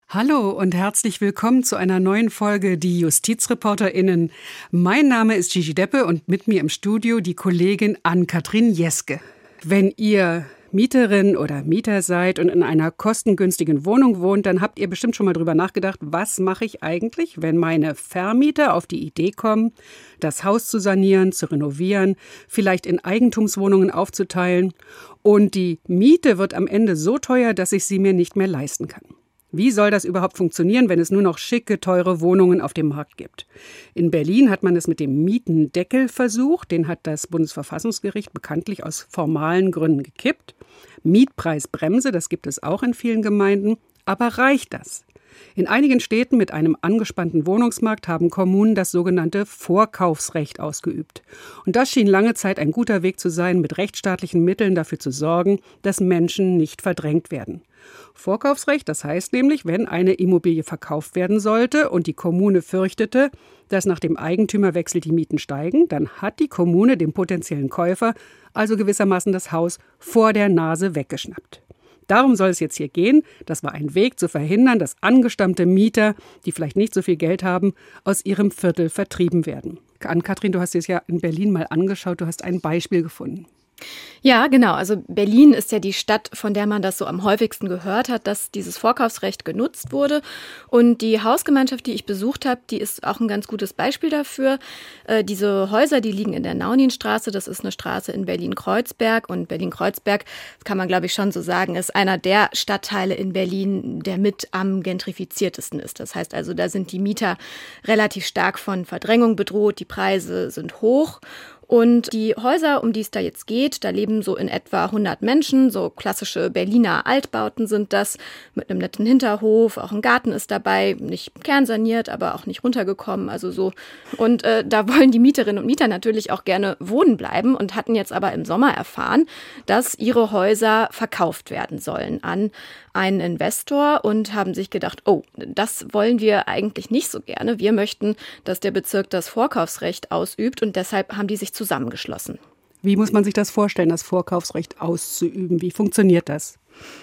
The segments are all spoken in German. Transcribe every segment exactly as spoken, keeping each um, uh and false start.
Hallo und herzlich willkommen zu einer neuen Folge Die JustizreporterInnen. Mein Name ist Gigi Deppe und mit mir im Studio die Kollegin Ann-Kathrin Jeske. Wenn ihr Mieterin oder Mieter seid und in einer kostengünstigen Wohnung wohnt, dann habt ihr bestimmt schon mal drüber nachgedacht, was mache ich eigentlich, wenn meine Vermieter auf die Idee kommen, das Haus zu sanieren, zu renovieren, vielleicht in Eigentumswohnungen aufzuteilen und die Miete wird am Ende so teuer, dass ich sie mir nicht mehr leisten kann. Wie soll das überhaupt funktionieren, wenn es nur noch schicke, teure Wohnungen auf dem Markt gibt? In Berlin hat man es mit dem Mietendeckel versucht. Den hat das Bundesverfassungsgericht bekanntlich aus formalen Gründen gekippt. Mietpreisbremse, das gibt es auch in vielen Gemeinden. Aber reicht das? In einigen Städten mit einem angespannten Wohnungsmarkt haben Kommunen das sogenannte Vorkaufsrecht ausgeübt. Und das schien lange Zeit ein guter Weg zu sein, mit rechtsstaatlichen Mitteln dafür zu sorgen, dass Menschen nicht verdrängt werden. Vorkaufsrecht, das heißt nämlich, wenn eine Immobilie verkauft werden sollte und die Kommune fürchtete, dass nach dem Eigentümerwechsel die Mieten steigen, dann hat die Kommune dem potenziellen Käufer also gewissermaßen das Haus vor der Nase weggeschnappt. Darum soll es jetzt hier gehen. Das war ein Weg zu verhindern, dass angestammte Mieter, die vielleicht nicht so viel Geld haben, aus ihrem Viertel vertrieben werden. Ann-Kathrin, du hast es ja in Berlin mal angeschaut, du hast ein Beispiel gefunden. Ja, genau. Also Berlin ist ja die Stadt, von der man das so am häufigsten gehört hat, dass dieses Vorkaufsrecht genutzt wurde. Und die Hausgemeinschaft, die ich besucht habe, die ist auch ein ganz gutes Beispiel dafür. Äh, diese Häuser, die liegen in der Nauninstraße. Das ist eine Straße in Berlin-Kreuzberg. Und Berlin-Kreuzberg, das kann man glaube ich schon so sagen, ist einer der Stadtteile in Berlin, der mit am gentrifiziertesten ist. Das heißt also, da sind die Mieter relativ stark von Verdrängung bedroht. Die Preise sind hoch. Und die Häuser, um die es da jetzt geht, da leben so in etwa hundert Menschen, so klassische Berliner Altbauten sind das, mit einem netten Hinterhof, auch ein Garten ist dabei, nicht kernsaniert, aber auch nicht runtergekommen, also so. Und äh, da wollen die Mieterinnen und Mieter natürlich auch gerne wohnen bleiben und hatten jetzt aber im Sommer erfahren, dass ihre Häuser verkauft werden sollen an einen Investor und haben sich gedacht, oh, das wollen wir eigentlich nicht so gerne. Wir möchten, dass der Bezirk das Vorkaufsrecht ausübt und deshalb haben die sich zusammengeschlossen. Wie muss man sich das vorstellen, das Vorkaufsrecht auszuüben? Wie funktioniert das?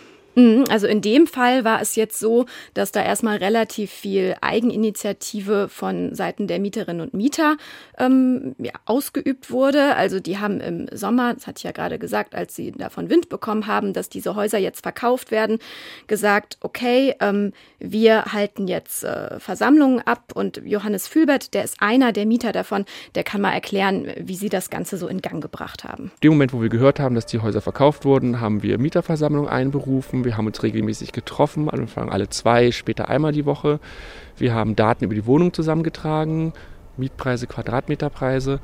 Also in dem Fall war es jetzt so, dass da erstmal relativ viel Eigeninitiative von Seiten der Mieterinnen und Mieter ähm, ja, ausgeübt wurde. Also die haben im Sommer, das hatte ich ja gerade gesagt, als sie davon Wind bekommen haben, dass diese Häuser jetzt verkauft werden, gesagt, okay, ähm, wir halten jetzt äh, Versammlungen ab und Johannes Fühlbert, der ist einer der Mieter davon, der kann mal erklären, wie sie das Ganze so in Gang gebracht haben. In dem Moment, wo wir gehört haben, dass die Häuser verkauft wurden, haben wir Mieterversammlungen einberufen. Wir haben uns regelmäßig getroffen, am Anfang alle zwei, später einmal die Woche. Wir haben Daten über die Wohnung zusammengetragen, Mietpreise, Quadratmeterpreise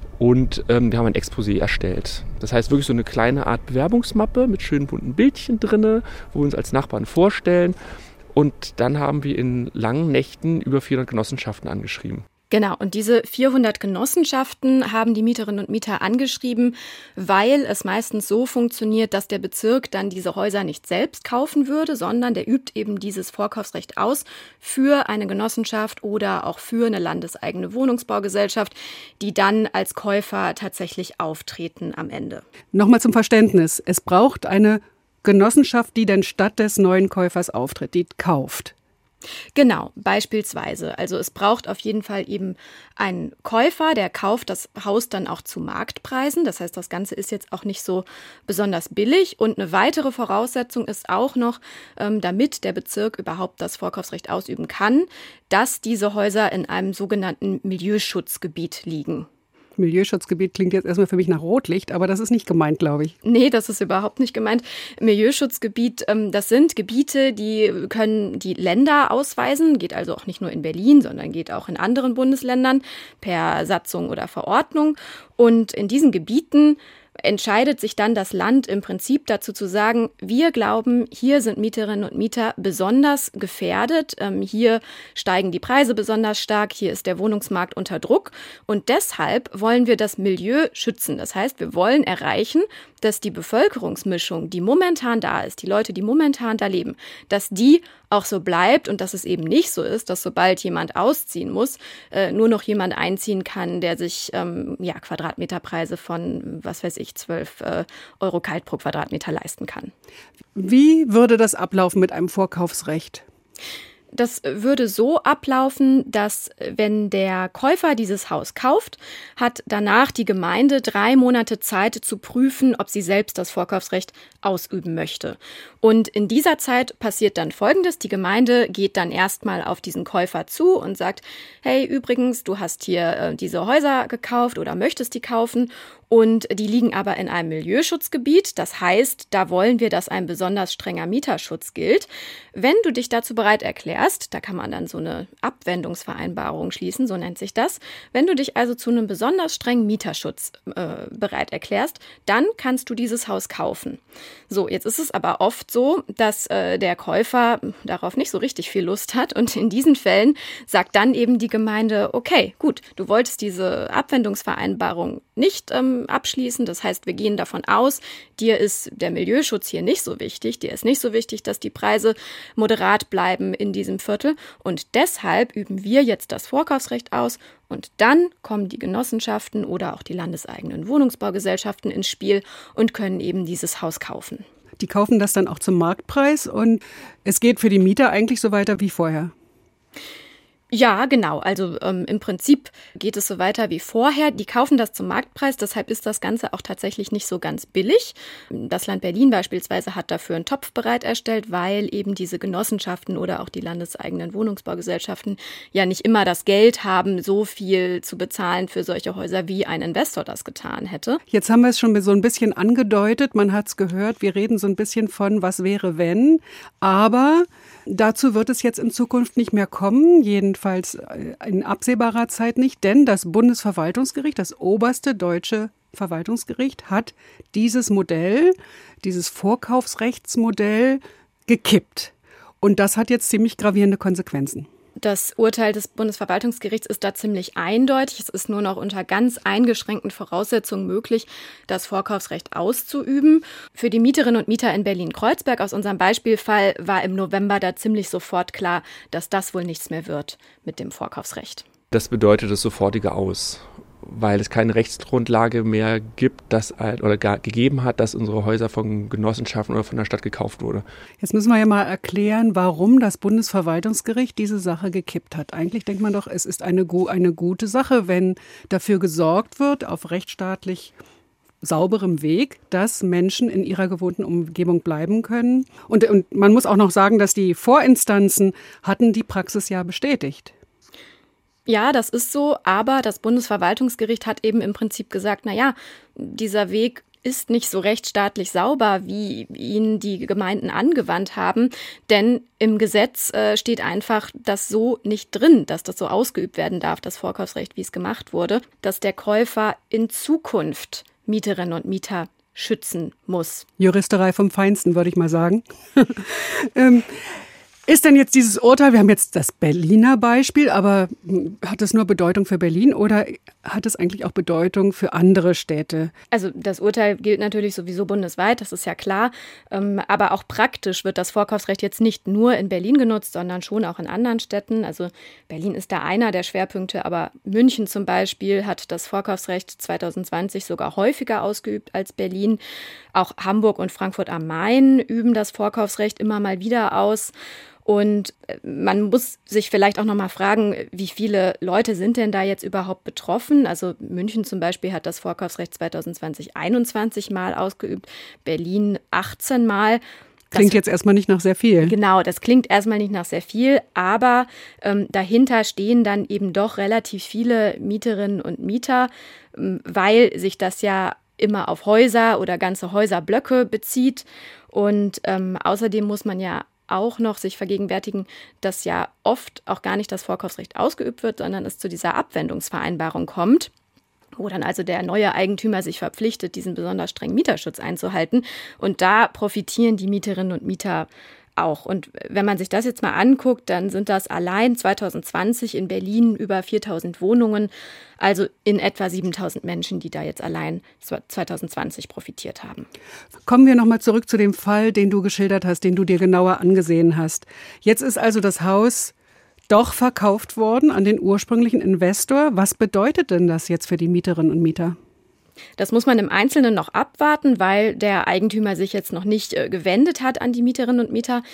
und ähm, wir haben ein Exposé erstellt. Das heißt wirklich so eine kleine Art Bewerbungsmappe mit schönen bunten Bildchen drin, wo wir uns als Nachbarn vorstellen. Und dann haben wir in langen Nächten über vierhundert Genossenschaften angeschrieben. Genau, und diese vierhundert Genossenschaften haben die Mieterinnen und Mieter angeschrieben, weil es meistens so funktioniert, dass der Bezirk dann diese Häuser nicht selbst kaufen würde, sondern der übt eben dieses Vorkaufsrecht aus für eine Genossenschaft oder auch für eine landeseigene Wohnungsbaugesellschaft, die dann als Käufer tatsächlich auftreten am Ende. Nochmal zum Verständnis. Es braucht eine Genossenschaft, die dann statt des neuen Käufers auftritt, die kauft. Genau, beispielsweise. Also es braucht auf jeden Fall eben einen Käufer, der kauft das Haus dann auch zu Marktpreisen. Das heißt, das Ganze ist jetzt auch nicht so besonders billig. Und eine weitere Voraussetzung ist auch noch, ähm, damit der Bezirk überhaupt das Vorkaufsrecht ausüben kann, dass diese Häuser in einem sogenannten Milieuschutzgebiet liegen. Milieuschutzgebiet klingt jetzt erstmal für mich nach Rotlicht, aber das ist nicht gemeint, glaube ich. Nee, das ist überhaupt nicht gemeint. Milieuschutzgebiet, ähm, das sind Gebiete, die können die Länder ausweisen, geht also auch nicht nur in Berlin, sondern geht auch in anderen Bundesländern per Satzung oder Verordnung. Und in diesen Gebieten entscheidet sich dann das Land im Prinzip dazu zu sagen, wir glauben, hier sind Mieterinnen und Mieter besonders gefährdet, ähm, hier steigen die Preise besonders stark, hier ist der Wohnungsmarkt unter Druck und deshalb wollen wir das Milieu schützen. Das heißt, wir wollen erreichen, dass die Bevölkerungsmischung, die momentan da ist, die Leute, die momentan da leben, dass die auch so bleibt und dass es eben nicht so ist, dass sobald jemand ausziehen muss, äh, nur noch jemand einziehen kann, der sich ähm, ja, Quadratmeterpreise von, was weiß ich, zwölf äh, Euro kalt pro Quadratmeter leisten kann. Wie würde das ablaufen mit einem Vorkaufsrecht? Das würde so ablaufen, dass wenn der Käufer dieses Haus kauft, hat danach die Gemeinde drei Monate Zeit zu prüfen, ob sie selbst das Vorkaufsrecht ausüben möchte. Und in dieser Zeit passiert dann Folgendes. Die Gemeinde geht dann erstmal auf diesen Käufer zu und sagt, hey, übrigens, du hast hier äh, diese Häuser gekauft oder möchtest die kaufen. Und die liegen aber in einem Milieuschutzgebiet. Das heißt, da wollen wir, dass ein besonders strenger Mieterschutz gilt. Wenn du dich dazu bereit erklärst, da kann man dann so eine Abwendungsvereinbarung schließen, so nennt sich das. Wenn du dich also zu einem besonders strengen Mieterschutz äh, bereit erklärst, dann kannst du dieses Haus kaufen. So, jetzt ist es aber oft so, dass äh, der Käufer darauf nicht so richtig viel Lust hat. Und in diesen Fällen sagt dann eben die Gemeinde, okay, gut, du wolltest diese Abwendungsvereinbarung nicht ähm, abschließen. Das heißt, wir gehen davon aus, dir ist der Milieuschutz hier nicht so wichtig. Dir ist nicht so wichtig, dass die Preise moderat bleiben in diesem Viertel. Und deshalb üben wir jetzt das Vorkaufsrecht aus. Und dann kommen die Genossenschaften oder auch die landeseigenen Wohnungsbaugesellschaften ins Spiel und können eben dieses Haus kaufen. Die kaufen das dann auch zum Marktpreis und es geht für die Mieter eigentlich so weiter wie vorher. Ja, genau. Also ähm, im Prinzip geht es so weiter wie vorher. Die kaufen das zum Marktpreis, deshalb ist das Ganze auch tatsächlich nicht so ganz billig. Das Land Berlin beispielsweise hat dafür einen Topf bereit erstellt, weil eben diese Genossenschaften oder auch die landeseigenen Wohnungsbaugesellschaften ja nicht immer das Geld haben, so viel zu bezahlen für solche Häuser, wie ein Investor das getan hätte. Jetzt haben wir es schon so ein bisschen angedeutet, man hat es gehört, wir reden so ein bisschen von, was wäre wenn, aber dazu wird es jetzt in Zukunft nicht mehr kommen, jedenfalls in absehbarer Zeit nicht, denn das Bundesverwaltungsgericht, das oberste deutsche Verwaltungsgericht, hat dieses Modell, dieses Vorkaufsrechtsmodell gekippt. Und das hat jetzt ziemlich gravierende Konsequenzen. Das Urteil des Bundesverwaltungsgerichts ist da ziemlich eindeutig. Es ist nur noch unter ganz eingeschränkten Voraussetzungen möglich, das Vorkaufsrecht auszuüben. Für die Mieterinnen und Mieter in Berlin-Kreuzberg aus unserem Beispielfall war im November da ziemlich sofort klar, dass das wohl nichts mehr wird mit dem Vorkaufsrecht. Das bedeutet das sofortige Aus, weil es keine Rechtsgrundlage mehr gibt, dass, oder gar gegeben hat, dass unsere Häuser von Genossenschaften oder von der Stadt gekauft wurde. Jetzt müssen wir ja mal erklären, warum das Bundesverwaltungsgericht diese Sache gekippt hat. Eigentlich denkt man doch, es ist eine, eine gute Sache, wenn dafür gesorgt wird, auf rechtsstaatlich sauberem Weg, dass Menschen in ihrer gewohnten Umgebung bleiben können. Und, und man muss auch noch sagen, dass die Vorinstanzen hatten die Praxis ja bestätigt. Ja, das ist so, aber das Bundesverwaltungsgericht hat eben im Prinzip gesagt, na ja, dieser Weg ist nicht so rechtsstaatlich sauber, wie ihn die Gemeinden angewandt haben, denn im Gesetz äh, steht einfach das so nicht drin, dass das so ausgeübt werden darf, das Vorkaufsrecht, wie es gemacht wurde, dass der Käufer in Zukunft Mieterinnen und Mieter schützen muss. Juristerei vom Feinsten, würde ich mal sagen. ähm, Ist denn jetzt dieses Urteil, wir haben jetzt das Berliner Beispiel, aber hat es nur Bedeutung für Berlin oder hat es eigentlich auch Bedeutung für andere Städte? Also das Urteil gilt natürlich sowieso bundesweit, das ist ja klar. Aber auch praktisch wird das Vorkaufsrecht jetzt nicht nur in Berlin genutzt, sondern schon auch in anderen Städten. Also Berlin ist da einer der Schwerpunkte, aber München zum Beispiel hat das Vorkaufsrecht zwanzig zwanzig sogar häufiger ausgeübt als Berlin. Auch Hamburg und Frankfurt am Main üben das Vorkaufsrecht immer mal wieder aus. Und man muss sich vielleicht auch noch mal fragen, wie viele Leute sind denn da jetzt überhaupt betroffen? Also München zum Beispiel hat das Vorkaufsrecht zwanzig zwanzig einundzwanzig Mal ausgeübt, Berlin achtzehn Mal. Klingt das, jetzt erstmal nicht nach sehr viel. Genau, das klingt erstmal nicht nach sehr viel, aber ähm, dahinter stehen dann eben doch relativ viele Mieterinnen und Mieter, ähm, weil sich das ja immer auf Häuser oder ganze Häuserblöcke bezieht. Und ähm, außerdem muss man ja auch noch sich vergegenwärtigen, dass ja oft auch gar nicht das Vorkaufsrecht ausgeübt wird, sondern es zu dieser Abwendungsvereinbarung kommt, wo dann also der neue Eigentümer sich verpflichtet, diesen besonders strengen Mieterschutz einzuhalten. Und da profitieren die Mieterinnen und Mieter auch. Und wenn man sich das jetzt mal anguckt, dann sind das allein zwanzig zwanzig in Berlin über viertausend Wohnungen, also in etwa siebentausend Menschen, die da jetzt allein zwanzig zwanzig profitiert haben. Kommen wir nochmal zurück zu dem Fall, den du geschildert hast, den du dir genauer angesehen hast. Jetzt ist also das Haus doch verkauft worden an den ursprünglichen Investor. Was bedeutet denn das jetzt für die Mieterinnen und Mieter? Das muss man im Einzelnen noch abwarten, weil der Eigentümer sich jetzt noch nicht äh, gewendet hat an die Mieterinnen und Mieter.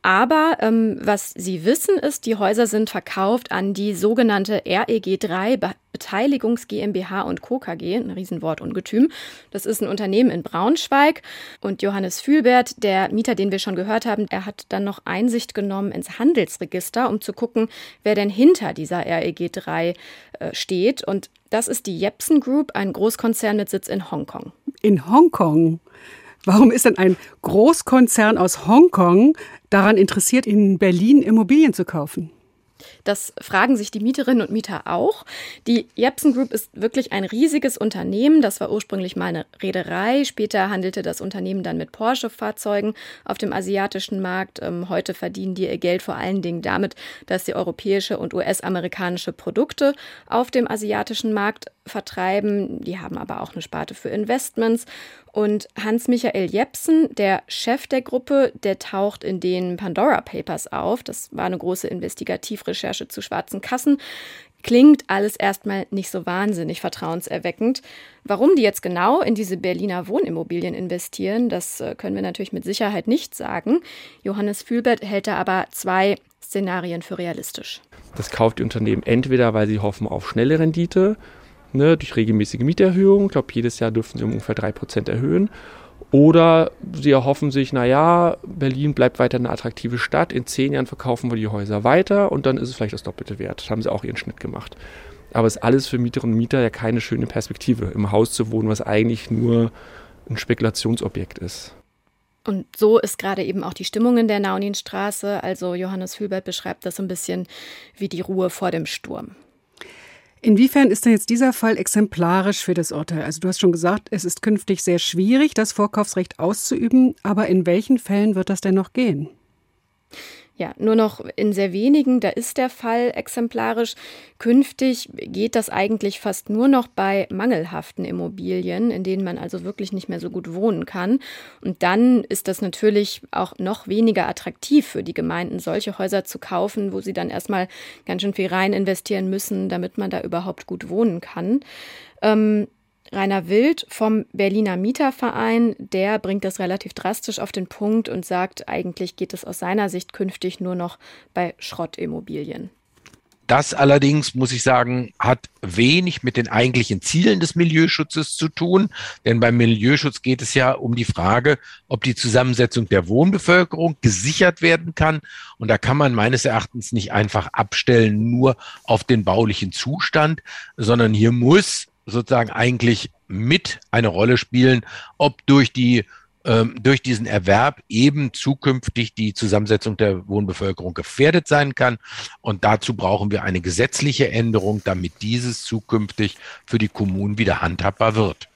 Aber ähm, was Sie wissen ist, die Häuser sind verkauft an die sogenannte R E G drei Beteiligungs GmbH und Co. K G, ein Riesenwortungetüm. Das ist ein Unternehmen in Braunschweig. Und Johannes Fühlbert, der Mieter, den wir schon gehört haben, er hat dann noch Einsicht genommen ins Handelsregister, um zu gucken, wer denn hinter dieser R E G drei äh, steht. Und das ist die Jepsen Group, ein Großkonzern mit Sitz in Hongkong. In Hongkong? Warum ist denn ein Großkonzern aus Hongkong daran interessiert, in Berlin Immobilien zu kaufen? Das fragen sich die Mieterinnen und Mieter auch. Die Jepsen Group ist wirklich ein riesiges Unternehmen. Das war ursprünglich mal eine Reederei. Später handelte das Unternehmen dann mit Porsche-Fahrzeugen auf dem asiatischen Markt. Ähm, heute verdienen die ihr Geld vor allen Dingen damit, dass sie europäische und U S-amerikanische Produkte auf dem asiatischen Markt vertreiben. Die haben aber auch eine Sparte für Investments. Und Hans-Michael Jepsen, der Chef der Gruppe, der taucht in den Pandora Papers auf. Das war eine große Investigativrecherche zu schwarzen Kassen. Klingt alles erstmal nicht so wahnsinnig vertrauenserweckend. Warum die jetzt genau in diese Berliner Wohnimmobilien investieren, das können wir natürlich mit Sicherheit nicht sagen. Johannes Fühlbert hält da aber zwei Szenarien für realistisch. Das kauft die Unternehmen entweder, weil sie hoffen auf schnelle Rendite, Ne, durch regelmäßige Mieterhöhungen. Ich glaube, jedes Jahr dürfen sie um ungefähr drei Prozent erhöhen. Oder sie erhoffen sich, naja, Berlin bleibt weiter eine attraktive Stadt. In zehn Jahren verkaufen wir die Häuser weiter und dann ist es vielleicht das Doppelte wert. Das haben sie auch ihren Schnitt gemacht. Aber es ist alles für Mieterinnen und Mieter ja keine schöne Perspektive, im Haus zu wohnen, was eigentlich nur ein Spekulationsobjekt ist. Und so ist gerade eben auch die Stimmung in der Nauninstraße. Also Johannes Fühlbert beschreibt das so ein bisschen wie die Ruhe vor dem Sturm. Inwiefern ist denn jetzt dieser Fall exemplarisch für das Urteil? Also du hast schon gesagt, es ist künftig sehr schwierig, das Vorkaufsrecht auszuüben. Aber in welchen Fällen wird das denn noch gehen? Ja, nur noch in sehr wenigen, da ist der Fall exemplarisch. Künftig geht das eigentlich fast nur noch bei mangelhaften Immobilien, in denen man also wirklich nicht mehr so gut wohnen kann. Und dann ist das natürlich auch noch weniger attraktiv für die Gemeinden, solche Häuser zu kaufen, wo sie dann erstmal ganz schön viel rein investieren müssen, damit man da überhaupt gut wohnen kann. Ähm, Rainer Wild vom Berliner Mieterverein, der bringt das relativ drastisch auf den Punkt und sagt, eigentlich geht es aus seiner Sicht künftig nur noch bei Schrottimmobilien. Das allerdings, muss ich sagen, hat wenig mit den eigentlichen Zielen des Milieuschutzes zu tun. Denn beim Milieuschutz geht es ja um die Frage, ob die Zusammensetzung der Wohnbevölkerung gesichert werden kann. Und da kann man meines Erachtens nicht einfach abstellen nur auf den baulichen Zustand, sondern hier muss sozusagen eigentlich mit eine Rolle spielen, ob durch die ähm, durch diesen Erwerb eben zukünftig die Zusammensetzung der Wohnbevölkerung gefährdet sein kann. Und dazu brauchen wir eine gesetzliche Änderung, damit dieses zukünftig für die Kommunen wieder handhabbar wird.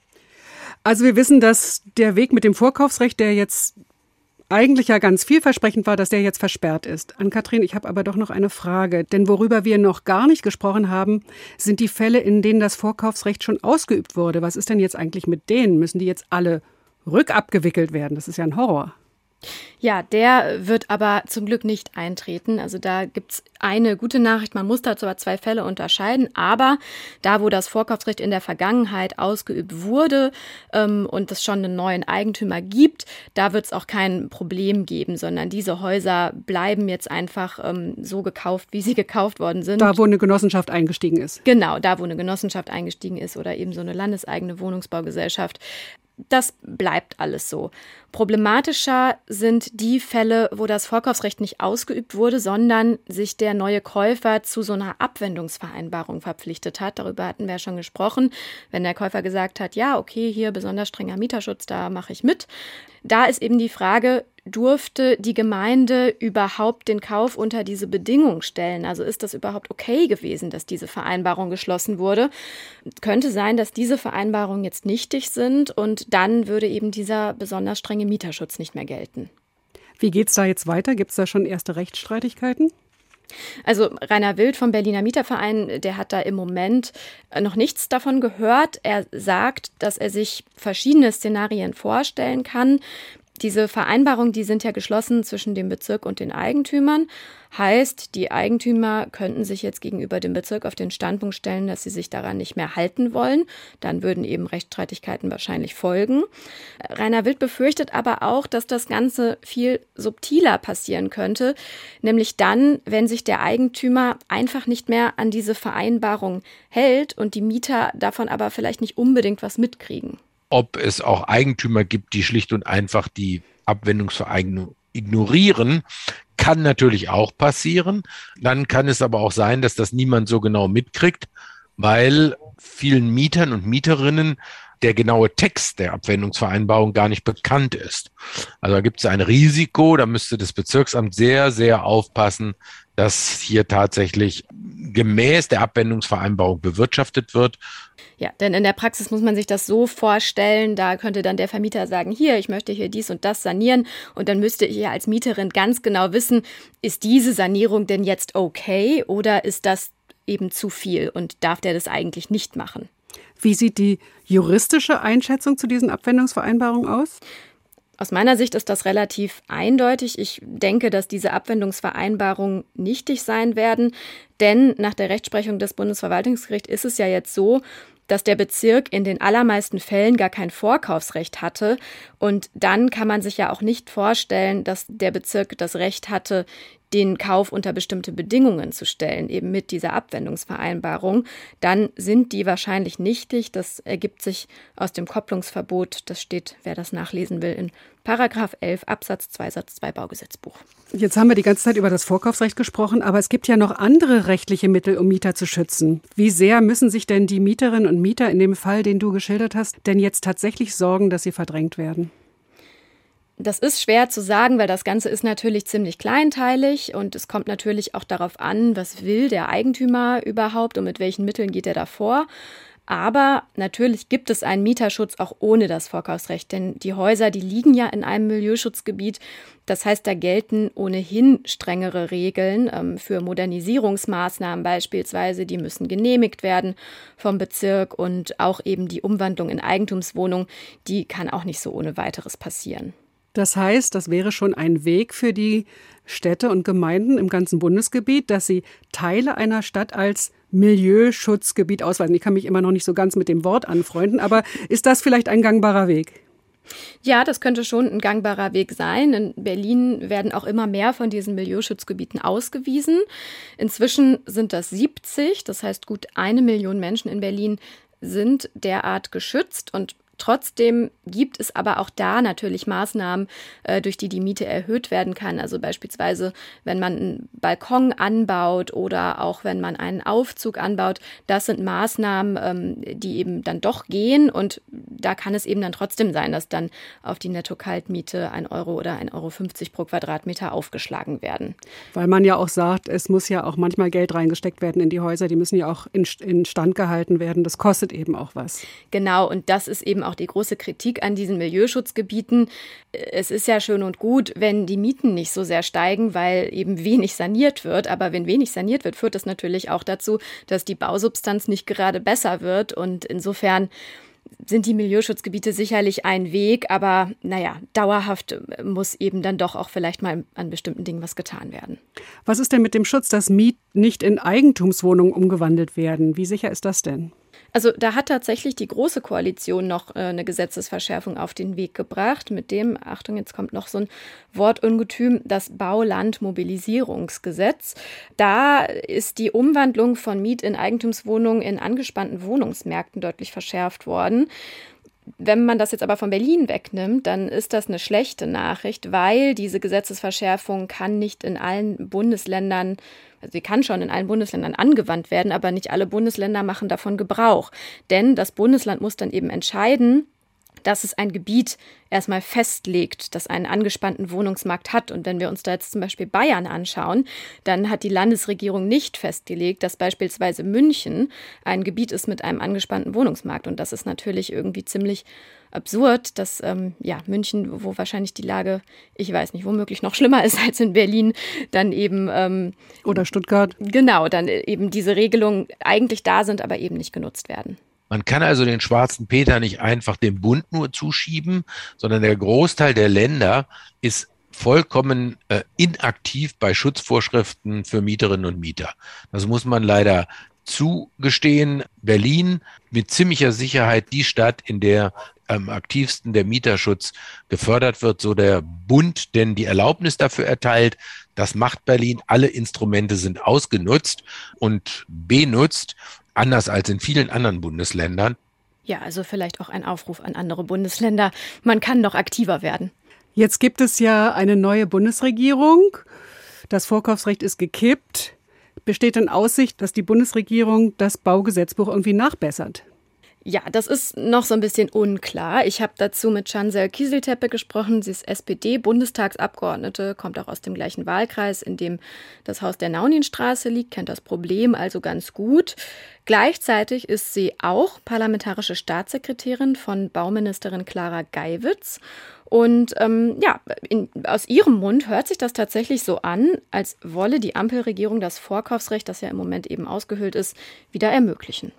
Also wir wissen, dass der Weg mit dem Vorkaufsrecht, der jetzt eigentlich ja ganz vielversprechend war, dass der jetzt versperrt ist. Ann-Kathrin, ich habe aber doch noch eine Frage. Denn worüber wir noch gar nicht gesprochen haben, sind die Fälle, in denen das Vorkaufsrecht schon ausgeübt wurde. Was ist denn jetzt eigentlich mit denen? Müssen die jetzt alle rückabgewickelt werden? Das ist ja ein Horror. Ja, der wird aber zum Glück nicht eintreten. Also da gibt's eine gute Nachricht. Man muss dazu aber zwei Fälle unterscheiden. Aber da, wo das Vorkaufsrecht in der Vergangenheit ausgeübt wurde ähm, und es schon einen neuen Eigentümer gibt, da wird es auch kein Problem geben, sondern diese Häuser bleiben jetzt einfach ähm, so gekauft, wie sie gekauft worden sind. Da, wo eine Genossenschaft eingestiegen ist. Genau, da, wo eine Genossenschaft eingestiegen ist oder eben so eine landeseigene Wohnungsbaugesellschaft. Das bleibt alles so. Problematischer sind die Fälle, wo das Vorkaufsrecht nicht ausgeübt wurde, sondern sich der neue Käufer zu so einer Abwendungsvereinbarung verpflichtet hat. Darüber hatten wir ja schon gesprochen. Wenn der Käufer gesagt hat, ja, okay, hier besonders strenger Mieterschutz, da mache ich mit. Da ist eben die Frage, durfte die Gemeinde überhaupt den Kauf unter diese Bedingung stellen? Also ist das überhaupt okay gewesen, dass diese Vereinbarung geschlossen wurde? Könnte sein, dass diese Vereinbarungen jetzt nichtig sind und dann würde eben dieser besonders strenge Mieterschutz nicht mehr gelten. Wie geht's da jetzt weiter? Gibt es da schon erste Rechtsstreitigkeiten? Also Rainer Wild vom Berliner Mieterverein, der hat da im Moment noch nichts davon gehört. Er sagt, dass er sich verschiedene Szenarien vorstellen kann. Diese Vereinbarungen, die sind ja geschlossen zwischen dem Bezirk und den Eigentümern. Heißt, die Eigentümer könnten sich jetzt gegenüber dem Bezirk auf den Standpunkt stellen, dass sie sich daran nicht mehr halten wollen. Dann würden eben Rechtsstreitigkeiten wahrscheinlich folgen. Rainer Wild befürchtet aber auch, dass das Ganze viel subtiler passieren könnte. Nämlich dann, wenn sich der Eigentümer einfach nicht mehr an diese Vereinbarung hält und die Mieter davon aber vielleicht nicht unbedingt was mitkriegen. Ob es auch Eigentümer gibt, die schlicht und einfach die Abwendungsvereinbarung ignorieren, kann natürlich auch passieren. Dann kann es aber auch sein, dass das niemand so genau mitkriegt, weil vielen Mietern und Mieterinnen der genaue Text der Abwendungsvereinbarung gar nicht bekannt ist. Also da gibt es ein Risiko, da müsste das Bezirksamt sehr, sehr aufpassen, dass hier tatsächlich gemäß der Abwendungsvereinbarung bewirtschaftet wird. Ja, denn in der Praxis muss man sich das so vorstellen, da könnte dann der Vermieter sagen, hier, ich möchte hier dies und das sanieren und dann müsste ich ja als Mieterin ganz genau wissen, ist diese Sanierung denn jetzt okay oder ist das eben zu viel und darf der das eigentlich nicht machen? Wie sieht die juristische Einschätzung zu diesen Abwendungsvereinbarungen aus? Aus meiner Sicht ist das relativ eindeutig. Ich denke, dass diese Abwendungsvereinbarungen nichtig sein werden, denn nach der Rechtsprechung des Bundesverwaltungsgerichts ist es ja jetzt so, dass der Bezirk in den allermeisten Fällen gar kein Vorkaufsrecht hatte. Und dann kann man sich ja auch nicht vorstellen, dass der Bezirk das Recht hatte, den Kauf unter bestimmte Bedingungen zu stellen, eben mit dieser Abwendungsvereinbarung. Dann sind die wahrscheinlich nichtig. Das ergibt sich aus dem Kopplungsverbot. Das steht, wer das nachlesen will, in Paragraph elf Absatz zwei Satz zwei Baugesetzbuch. Jetzt haben wir die ganze Zeit über das Vorkaufsrecht gesprochen, aber es gibt ja noch andere rechtliche Mittel, um Mieter zu schützen. Wie sehr müssen sich denn die Mieterinnen und Mieter in dem Fall, den du geschildert hast, denn jetzt tatsächlich sorgen, dass sie verdrängt werden? Das ist schwer zu sagen, weil das Ganze ist natürlich ziemlich kleinteilig und es kommt natürlich auch darauf an, was will der Eigentümer überhaupt und mit welchen Mitteln geht er da vor. Aber natürlich gibt es einen Mieterschutz auch ohne das Vorkaufsrecht, denn die Häuser, die liegen ja in einem Milieuschutzgebiet. Das heißt, da gelten ohnehin strengere Regeln ähm, für Modernisierungsmaßnahmen beispielsweise. Die müssen genehmigt werden vom Bezirk und auch eben die Umwandlung in Eigentumswohnung, die kann auch nicht so ohne weiteres passieren. Das heißt, das wäre schon ein Weg für die Städte und Gemeinden im ganzen Bundesgebiet, dass sie Teile einer Stadt als Milieuschutzgebiet ausweisen. Ich kann mich immer noch nicht so ganz mit dem Wort anfreunden, aber ist das vielleicht ein gangbarer Weg? Ja, das könnte schon ein gangbarer Weg sein. In Berlin werden auch immer mehr von diesen Milieuschutzgebieten ausgewiesen. Inzwischen sind das siebzig, das heißt gut eine Million Menschen in Berlin sind derart geschützt und trotzdem gibt es aber auch da natürlich Maßnahmen, äh, durch die die Miete erhöht werden kann. Also beispielsweise, wenn man einen Balkon anbaut oder auch wenn man einen Aufzug anbaut. Das sind Maßnahmen, ähm, die eben dann doch gehen. Und da kann es eben dann trotzdem sein, dass dann auf die Netto-Kaltmiete ein Euro oder ein Euro fünfzig pro Quadratmeter aufgeschlagen werden. Weil man ja auch sagt, es muss ja auch manchmal Geld reingesteckt werden in die Häuser. Die müssen ja auch in, in Stand gehalten werden. Das kostet eben auch was. Genau, und das ist eben auch die große Kritik an diesen Milieuschutzgebieten. Es ist ja schön und gut, wenn die Mieten nicht so sehr steigen, weil eben wenig saniert wird. Aber wenn wenig saniert wird, führt das natürlich auch dazu, dass die Bausubstanz nicht gerade besser wird. Und insofern sind die Milieuschutzgebiete sicherlich ein Weg. Aber naja, dauerhaft muss eben dann doch auch vielleicht mal an bestimmten Dingen was getan werden. Was ist denn mit dem Schutz, dass Mieten nicht in Eigentumswohnungen umgewandelt werden? Wie sicher ist das denn? Also da hat tatsächlich die Große Koalition noch äh, eine Gesetzesverschärfung auf den Weg gebracht, mit dem, Achtung, jetzt kommt noch so ein Wortungetüm, das Baulandmobilisierungsgesetz. Da ist die Umwandlung von Miet- in Eigentumswohnungen in angespannten Wohnungsmärkten deutlich verschärft worden. Wenn man das jetzt aber von Berlin wegnimmt, dann ist das eine schlechte Nachricht, weil diese Gesetzesverschärfung kann nicht in allen Bundesländern, also sie kann schon in allen Bundesländern angewandt werden, aber nicht alle Bundesländer machen davon Gebrauch. Denn das Bundesland muss dann eben entscheiden, dass es ein Gebiet erstmal festlegt, das einen angespannten Wohnungsmarkt hat. Und wenn wir uns da jetzt zum Beispiel Bayern anschauen, dann hat die Landesregierung nicht festgelegt, dass beispielsweise München ein Gebiet ist mit einem angespannten Wohnungsmarkt. Und das ist natürlich irgendwie ziemlich absurd, dass ähm, ja, München, wo wahrscheinlich die Lage, ich weiß nicht, womöglich noch schlimmer ist als in Berlin, dann eben ähm, oder Stuttgart. Genau, dann eben diese Regelungen eigentlich da sind, aber eben nicht genutzt werden. Man kann also den schwarzen Peter nicht einfach dem Bund nur zuschieben, sondern der Großteil der Länder ist vollkommen äh, inaktiv bei Schutzvorschriften für Mieterinnen und Mieter. Das muss man leider zugestehen. Berlin mit ziemlicher Sicherheit die Stadt, in der am aktivsten der Mieterschutz gefördert wird, so der Bund denn die Erlaubnis dafür erteilt. Das macht Berlin. Alle Instrumente sind ausgenutzt und benutzt, anders als in vielen anderen Bundesländern. Ja, also vielleicht auch ein Aufruf an andere Bundesländer. Man kann noch aktiver werden. Jetzt gibt es ja eine neue Bundesregierung. Das Vorkaufsrecht ist gekippt. Besteht in Aussicht, dass die Bundesregierung das Baugesetzbuch irgendwie nachbessert? Ja, das ist noch so ein bisschen unklar. Ich habe dazu mit Cansel Kieseltepe gesprochen. Sie ist S P D-Bundestagsabgeordnete, kommt auch aus dem gleichen Wahlkreis, in dem das Haus der Nauninstraße liegt, kennt das Problem also ganz gut. Gleichzeitig ist sie auch parlamentarische Staatssekretärin von Bauministerin Clara Geiwitz. Und ähm, ja, in, aus ihrem Mund hört sich das tatsächlich so an, als wolle die Ampelregierung das Vorkaufsrecht, das ja im Moment eben ausgehöhlt ist, wieder ermöglichen.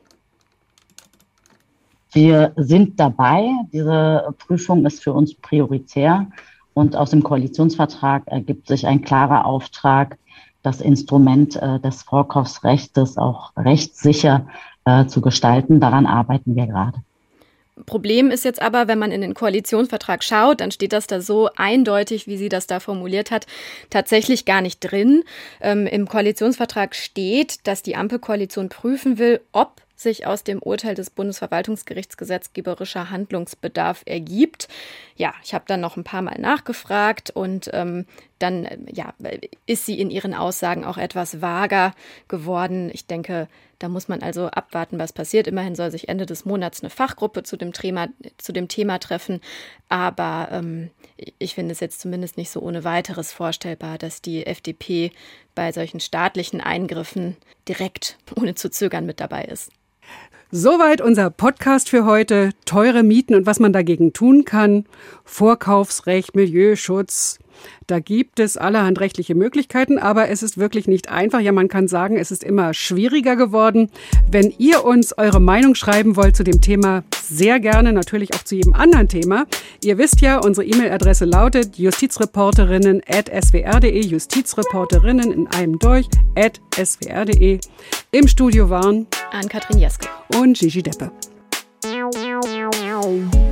Wir sind dabei. Diese Prüfung ist für uns prioritär. Und aus dem Koalitionsvertrag ergibt sich ein klarer Auftrag, das Instrument äh, des Vorkaufsrechts auch rechtssicher äh, zu gestalten. Daran arbeiten wir gerade. Problem ist jetzt aber, wenn man in den Koalitionsvertrag schaut, dann steht das da so eindeutig, wie sie das da formuliert hat, tatsächlich gar nicht drin. Ähm, im Koalitionsvertrag steht, dass die Ampelkoalition prüfen will, ob sich aus dem Urteil des Bundesverwaltungsgerichts gesetzgeberischer Handlungsbedarf ergibt. Ja, ich habe dann noch ein paar Mal nachgefragt und ähm, dann ja, ist sie in ihren Aussagen auch etwas vager geworden. Ich denke, da muss man also abwarten, was passiert. Immerhin soll sich Ende des Monats eine Fachgruppe zu dem Thema, zu dem Thema treffen. Aber ähm, ich finde es jetzt zumindest nicht so ohne weiteres vorstellbar, dass die F D P bei solchen staatlichen Eingriffen direkt ohne zu zögern mit dabei ist. Soweit unser Podcast für heute. Teure Mieten und was man dagegen tun kann. Vorkaufsrecht, Milieuschutz. Da gibt es allerhand rechtliche Möglichkeiten, aber es ist wirklich nicht einfach. Ja, man kann sagen, es ist immer schwieriger geworden. Wenn ihr uns eure Meinung schreiben wollt zu dem Thema, sehr gerne, natürlich auch zu jedem anderen Thema. Ihr wisst ja, unsere E-Mail-Adresse lautet justizreporterinnen at swr.de, Justizreporterinnen in einem durch, at swr.de. Im Studio waren Ann-Kathrin Jeske und Gigi Deppe.